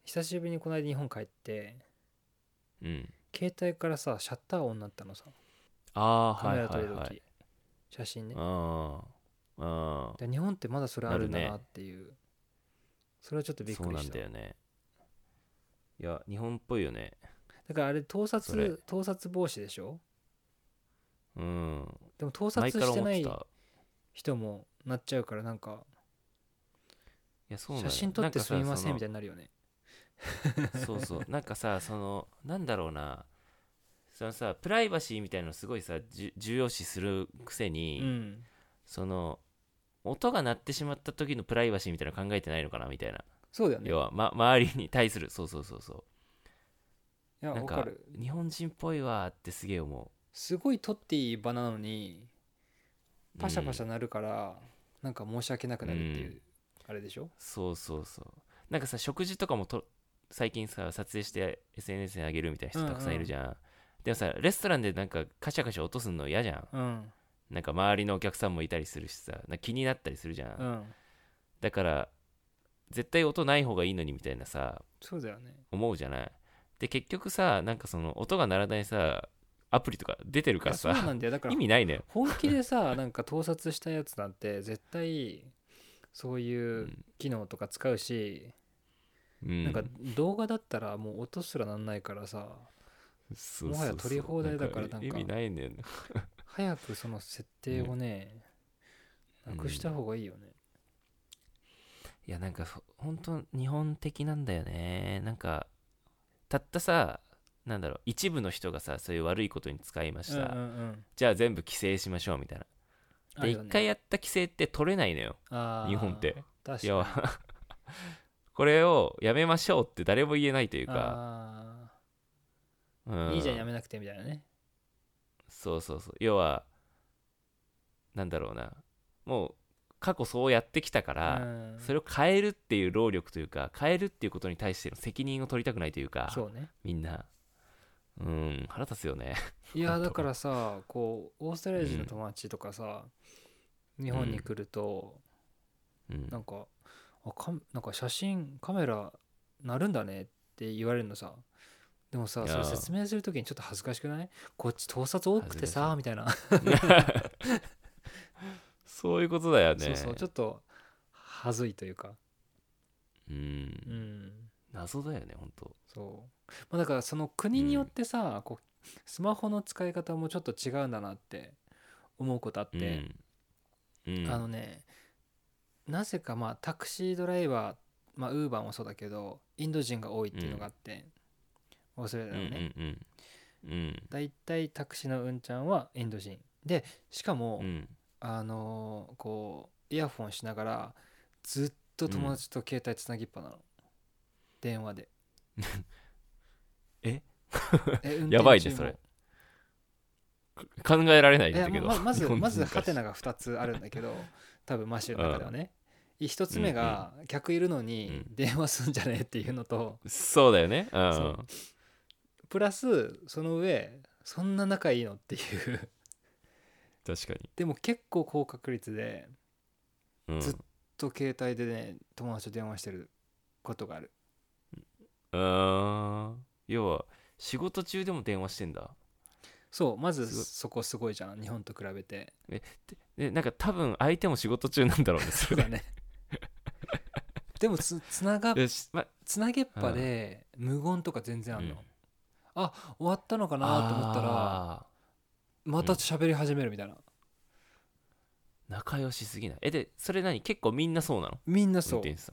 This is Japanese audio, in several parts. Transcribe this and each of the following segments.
久しぶりにこの間日本帰って、 うん。 携帯からさシャッター音になったのさ。 ああー、はいカメラ撮はいはい。 るとき写真ね。 ああ、ああ、 で日本ってまだそれあるんだななるね。 っていう、それはちょっとびっそうなんくりした。 だよね。いや、日本っぽいよね。 だからあれ盗それ。 撮盗撮防止でしょ。 うん。 でも盗前から撮してない思ってた。 人もなっちゃうから、なんかいや、そうなのよ。 写真撮っなんかさ、 てすみませんみたいになるよね。 そうそう。なんかさ、なんだろうな。プライバシーみたいなのすごいさ、重要視するくせに、 うん、 その、音が鳴ってしまった時のプライバシーみたいなの考えてないのかなみたいな。 そうだよね。 要は、周りに対する、そうそうそうそう。 いやなんか、 わかる。 日本人っぽいわーってすげえ思すごい撮っていい場なのにう。うん。 パシャパシャ鳴るから、なんか申し訳なくうん。 なるっていう、あれでしょ。 そうそうそう。なんかさ、食事とかも最近さ、撮影して SNS に上げるみたいなうんう人たくさんいるんじゃん。でもさ、レストランでなんかカシャカシャ落とすの嫌じゃん。 うん。 なんか周りのお客さんもいたりするしさ、なんか気になったりするじゃん。 うん。 だから、絶対音ない方がいいのにみたいなさ、 そうだよね。 思うじゃない。で、結局さ、なんかその音が鳴らないさ、アプリとか出てるいやからさ、 そうなんだよ。だか意ら味ないのよ。 本気でさ、なんか盗撮したやつなんて絶対そういううん。 機能とか使うし、なんかうん。 動画だったらもう音すらなんないからさ、 そうもはやそうそう。 撮り放なんか題だから、なん意味かないんだよね。 早くその設定をね。 ねなくしたうん。 方がいいよね。 いや、なんか本当日本的なんだよね。なんか、たったさ、なんだろう、一部の人がさ、そういう悪いことに使いましうんうんうた。 ん。 じゃあ全部規制しましょうみたいな。で、一あるよね。 回やった規制って取れないのよ。日本っあて。 ーいや、 確かに。 これをやめましょうって誰も言えないというか、 あういいじゃんやん。 めなくてみたいなね。 そうそうそう。要は、なんだろうな。もう、過去そうやってきたかうら、そん。 れを変えるっていう労力というか、変えるっていうことに対しての責任を取りたくないというか、 そうね。 みんな。うん、腹立つよね。 い本当。 やだからさ、こうオーストラリア人のうん、 友達とかさ、日うん、 本に来ると、 うん。 なんかなんか写真カメラなるんだねって言われるのさ。でもさ、それいや説明するときにちょっと恥ずかしくない？こっち盗撮多くて恥ずかしい。 さみたいな。 そういうことだよそうそう、ちょね。 っと恥ずいというか。 うん。 うん。 謎だよね、本当。 そう、まあ、だからその国によっうん、 てさ、こうスマホの使い方もちょっと違うんだなって思うことあって、 うん、うん、 あのね、なぜかまあタクシードライバー、まあウーバーもそうだけどインド人が多いっていうのがあうん、 って、オーストラリアうん、うのね、 ん、うん、 だいたいタクシーのうんちゃんはインド人で、しかもうん、 こうイヤホンしながらずっとうん。 友達と携帯つなぎっぱなの、電話で。 え運やばいね、それ。 転中も。 考えられないいやんだけど、 ま日本ずまず人からしハテナが2つあるんだけど、多分マッシュのうん、 中ではね、1つうん、 目うん、 が客いるのうん。 に電話すんじゃねえっていうのと、 そうだよね。うそうん。 プラスその上そんな仲いいのっていう。 確かに。 でも結構高確率でずっうん。 と携帯でね友達と電話してることがある。 要は、仕事中でも電話してんだ。 そう、まずすごい。 そこすごいじゃん、日本と比べて。 え、なんか多分相手も仕事中なんだろうね、それ。 そうだね。でもよし、 つなげっぱうん。 で無言とか全然あうん。 んの。あ、終わったのかなと思ったらあまー、うん。 た喋り始めるみたいな。 仲良しすぎない。で、それ結構みんなそうなの？ みんなそう。 運転手さん。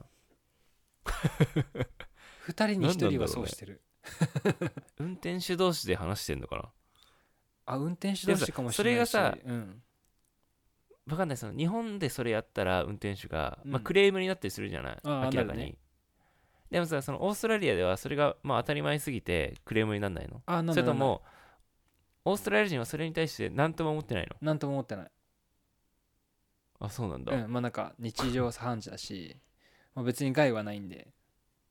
2人に何な 1人はんだろうね。 そうしてる。 運転手同士で話してんのかな？ あ、運転手でもさ、 同士かもしそれないし、 れがさ、 うん。 わかんない、日本でそれやったら運転手が、 うん。 クレームになったりするじゃない、 ああ、なるね。 明らかに。でもさ、そのオーストラリアではそれが当たり前すぎてクレームになんないの？ ああ、なんないなんない。 それとも、オーストラリア人はそれに対して何とも思ってないの？ なんとも思ってない。 あ、そうなんだ。 うん、まあなんか日常茶飯事だし、まあ、別に害はないんで。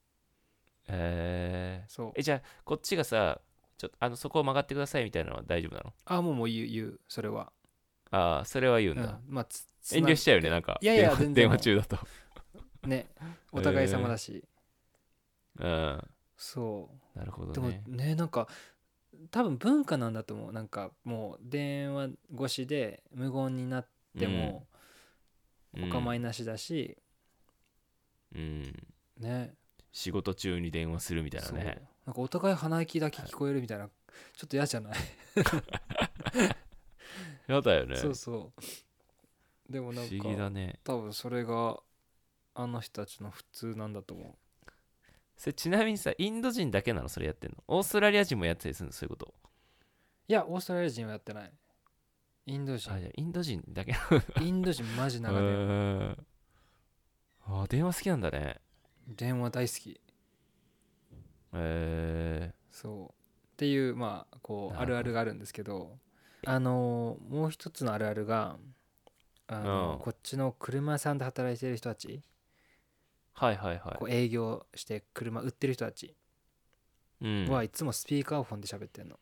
そう。 じゃあ、こっちがさ、ちょっと、そこを曲がってくださいみたいなのは大丈夫なの？ ああ、もう言う、それは。 ああ、それは言うんだ。 うん、まあ遠慮しちゃうよね、なんか、 いやいや、全然電話も中だと。 う、ね、お互い様えだし。 うん。 そなるほうでもどね。 ね、なんか多分文化なんだと思う。なんかもう電話越しで無言になっうん。 てもうん。 お構いなしだしうん。 ね。 仕事中に電話するみたいなね。 そうなんかお互い鼻息だけ聞こえるみたいな、ちょっと嫌じゃない？ やだよね。 そうそう。でも不思議なんかだね。 多分それがあの人たちの普通なんだと思う。 それちなみにさ、インド人だけなのそれやってんの？オーストラリア人もやってたりするのそういうこと？ いや、オーストラリア人はやってない。インド人。 あ、じゃあインド人だけ。 インド人マジへ長電話。 ー。あ、電話好きなんだね。 電話大好き。 えそうっていうまあこうあなるほど。 るあるがあるんですけど、もう一つのあるあるが、 うん。 こっちの車屋さんで働いてる人たち、 はいはいはい。 こう営業して車売ってる人たちうん。 はいつもスピーカーフォンで喋ってんの。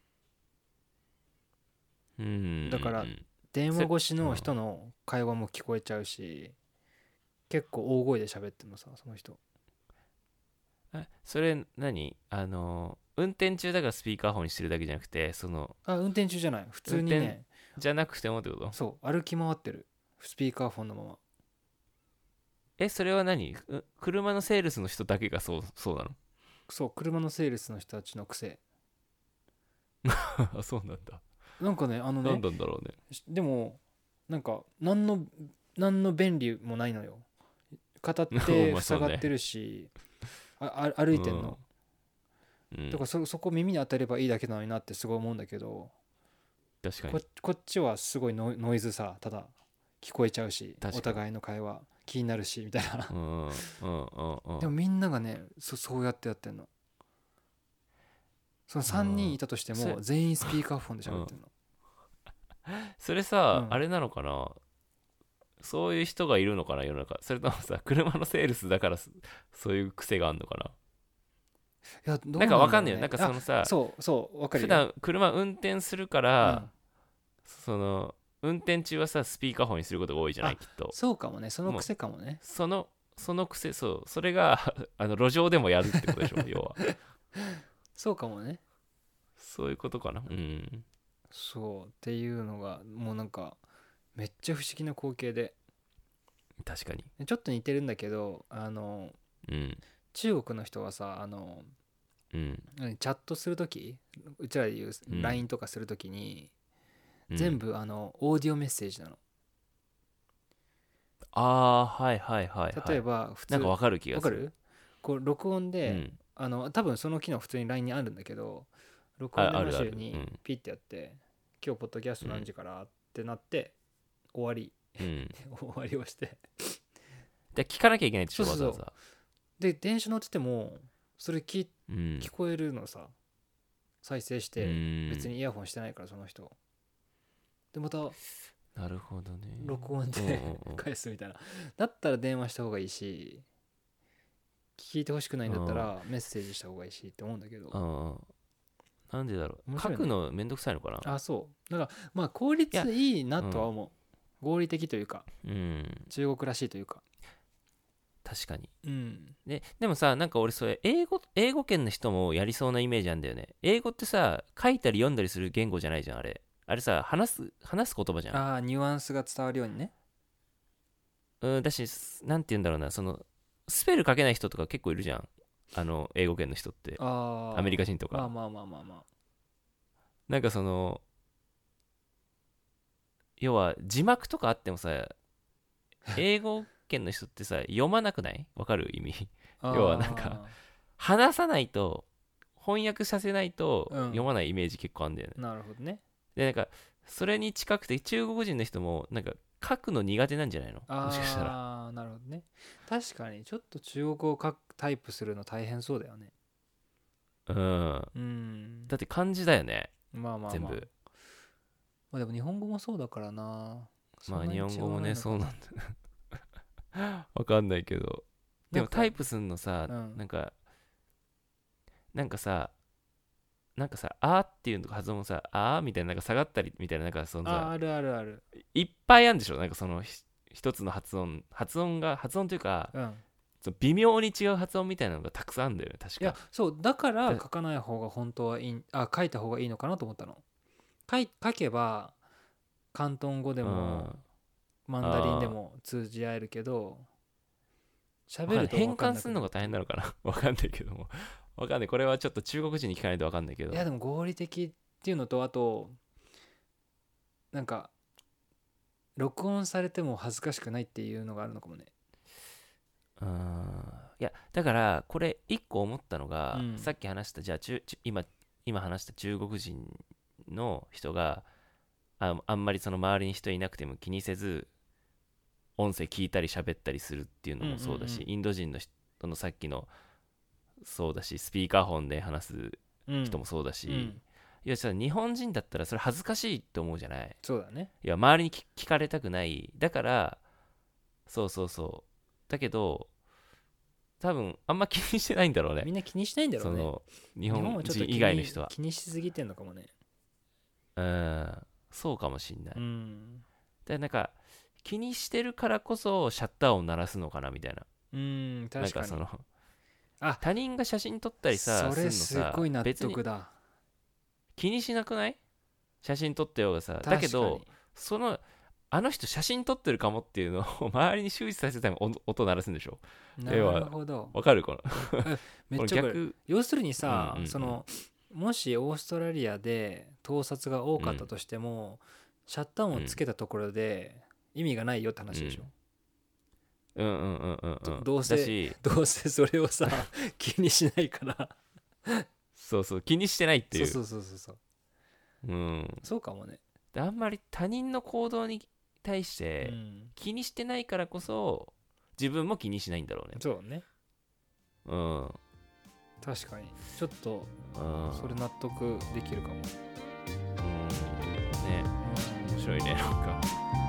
うんうんうんだからうん。 電話越しのうん。 人の会話も聞こえちゃうし、結構大声で喋ってんのさ、その人。 それ何運転中だからスピーカーフォンにしてるだけじゃなくて、 あ、運転中じゃない、普運転通にね。 じゃなくてもってこと？ そう歩き回ってる、スピーカーフォンのまま。 それは車のセールスの人だけがそうなの？ そう車のセールスの人たちの癖。 あ、そうなんだ。 なんかねなんなんだろうね。 でもなんか何の便利もないのよ。片まあそうね。 手塞がってるし、歩うん。 いてんの。 うん。 だからそこ耳に当たればいいだけなのになってすごい思うんだけど、 確かに。 こっちはすごいノイズさ、ただ聞こえちゃうし、お確かに。 互いの会話気になるしみたいな。 うん。うん。うんうん。 でもみんながねそうやってやってんの。その3人いたとしてそれ、 も全員スピーカーフォンでうん。 喋ってんの。 それさ、あうん。 れなのかな？そういう人がいるのかな世の中？それともさ、車のセールスだからそういう癖があるのかな？ いやどなんうなんだろかわかんないよ。なんうね。あ、 かそのさ、 そうそうわかるよ。 普段車運転するから、 うん。 その、運転中はさ、スピーカーフォンにすることが多いじゃなあ、 いきっと。 そうかもね、そのもう、 癖かもね。 その癖、そう、それが路上でもやるってことでしょ、要は。 そうかもね。 そういうことかな。うん。 そうっていうのがもうなんかめっちゃ不思議な光景で、 確かに。 ちょっと似てるんだけど、 うん。 中国の人はさ、 うん。 チャットするとき、うちらで言ううん。 LINE とかするときにうん。 全部オーディオメッセージなの。 ああー、はいはいはいは例えい。 ば普通、 なんかわかる気がする。 わかる？こう録音で、 うん。 多分その機能普通に LINE にあるんだけど、録音でマあるある。うシュルにん。 ピッてやって、今日ポッドキャスト何うん。 時からってなって終わり。 うん。 終わりをして、 で、聞かなきゃいけないでしょ、 そうそうそう。 わざわざ。 で電車乗っててもそれうん。 聞こえるのさ、再生しうて。別ーん。 にイヤホンしてないからその人でまたなるほどね。 録音うんでうん返すみたいな。だったら電話した方がいいし、聞いてほしくないんだったうん。うん。 らメッセージした方がいいしって思うんだけど。 うん。なんでだろう。書く面白いね。 のめんどくさいのかな？ あ、そうだからまあ効いや、 率いいなうん。 とは思う。合理的というかうん。 中国らしいというか。 確かに。 うん。 でもさ、なんか俺それ、英語圏の人もやりそうなイメージあんだよね。英語ってさ、書いたり読んだりする言語じゃないじゃん、あれ。あれさ、話す言葉じゃん。 ああ、ニュアンスが伝わるようにね。 うん、だし、なんて言うんだろうな、スペル書けない人とか結構いるじゃん。英語圏の人って。アメリああ、 カ人とか。 まあまあまあまあまなんか要は字幕とかあってもさ、英語圏の人ってさ、読まなくない？わかる意味？要はなんか、 あ。あ話さないと、翻訳させないとあ、うん。 読まないイメージ結構あるんだよね。 なるほどね。 で、なんか、それに近くて中国人の人も、なんか、書くの苦手なんじゃないの？もしかしたら。 ああ、なるほどね。確かにちょっと中国語をタイプするの大変そうだよね。 うん。 うん。 だって漢字だよね。 まあまあまあ。 全部。 まあでも日本語もそうだからな。そまあんなに違わ日本語もね、 ないのかな。 そうなんだ。わかんないけど。でなんか、 もタイプすんのさ、 うん。 なんかさ、あーっていうの発音もさ、あーみたいな、なんか下がったりみたいな、なんかあ、あるあるある。 いっぱいあるんでしょ？なんか一つの発音というか、 うん。 微妙に違う発音みたいなのがたくさんあるんだよね確か。 いやそうだからだ書かない方が本当はいい、書いた方がいいのかなと思ったの。書けば広東語でうもん、 マンダリンでも通じ合えるけど喋ると変分かん換するのが大なくなるっていう。 変なのかなわかんないけども、わかんない、これはちょっと中国人に聞かないとわかんないけど。 いやでも合理的っていうのと、あとなんか録音されても恥ずかしくないっていうのがあるのかもね。 うーん、いやだからこれ一個思ったのが、 うんさっき話したじゃあ今話した中国人の人があんまりその周りに人いなくても気にせず音声聞いたり喋ったりするっていうのもそうだし、 うんうんうんインド人の人のさっきのそうだし、スピーカーフォンで話す人もそうだし、 うんいやさ日本人だったらそれ恥ずかしいって思うじゃない。 そうだね。 いや周りに聞かれたくない、だからそうそうそう、だけど多分あんま気にしてないんだろうね、 みんな気にしないんだろね。 そうの日日本本はちょっと人以外の人は。 気にしすぎてんのかもね。 そうかもしんない。 うんでなんか気にしてるからこそシャッター音鳴らすのかなみたいな。 うん確かに。 なんかそのあ他人が写真撮ったりさそれすすんのさごい納別に得だ。 気にしなくない？写真撮ってようがさ。 確かにだけどあの人写真撮ってるかもっていうのを周りに周知させるために音鳴らすんでしょ。 なるほど。 わかるこのめっちゃわかる。 逆。 要するにさ、 うんうんうんそのもしオーストラリアで盗撮が多かったとしても、シャッター音をつけたところで意味がないよって話でしょ。 うんうんうんうんうんどうせだしどうせそれをさ気にしないからそうそう気にしてないっていう。 そうそうそうそううんそうかもね。 であんまり他人の行動に対しうてん気にしてないからこそ自分も気にしないんだろうね。 そうね。 うん確かにちょっとうんそれ納得できるかも。 うんね面白いねなんか。